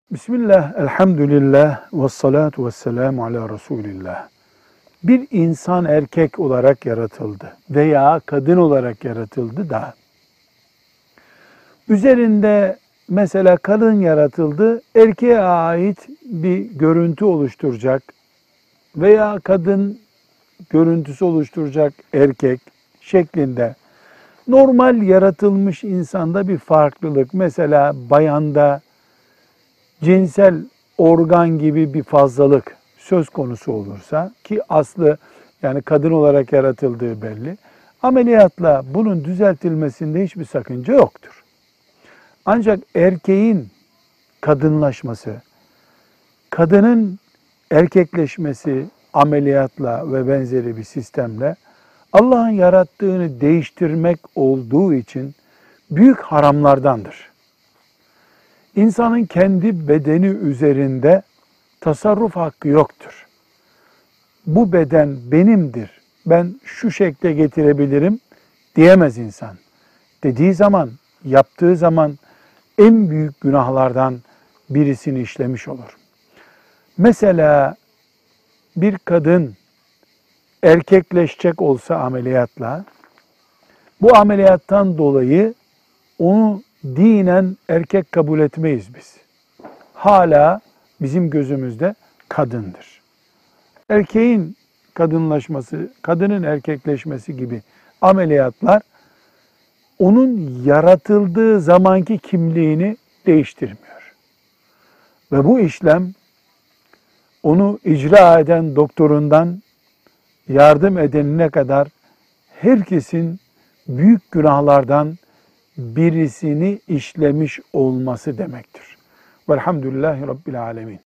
Bismillah, elhamdülillah, ve salatu ve selamu ala Resulillah. Bir insan erkek olarak yaratıldı veya kadın olarak yaratıldı da, üzerinde mesela kadın yaratıldı, erkeğe ait bir görüntü oluşturacak veya kadın görüntüsü oluşturacak erkek şeklinde normal yaratılmış insanda bir farklılık, mesela bayanda cinsel organ gibi bir fazlalık söz konusu olursa, ki aslı yani kadın olarak yaratıldığı belli, ameliyatla bunun düzeltilmesinde hiçbir sakınca yoktur. Ancak erkeğin kadınlaşması, kadının erkekleşmesi ameliyatla ve benzeri bir sistemle Allah'ın yarattığını değiştirmek olduğu için büyük haramlardandır. İnsanın kendi bedeni üzerinde tasarruf hakkı yoktur. Bu beden benimdir, ben şu şekle getirebilirim diyemez insan. Dediği zaman, yaptığı zaman en büyük günahlardan birisini işlemiş olur. Mesela bir kadın erkekleşecek olsa ameliyatla, bu ameliyattan dolayı onu dinen erkek kabul etmeyiz biz. Hala bizim gözümüzde kadındır. Erkeğin kadınlaşması, kadının erkekleşmesi gibi ameliyatlar onun yaratıldığı zamanki kimliğini değiştirmiyor. Ve bu işlem onu icra eden doktorundan yardım edenine kadar herkesin büyük günahlardan birisini işlemiş olması demektir. Velhamdülillahi Rabbil Alemin.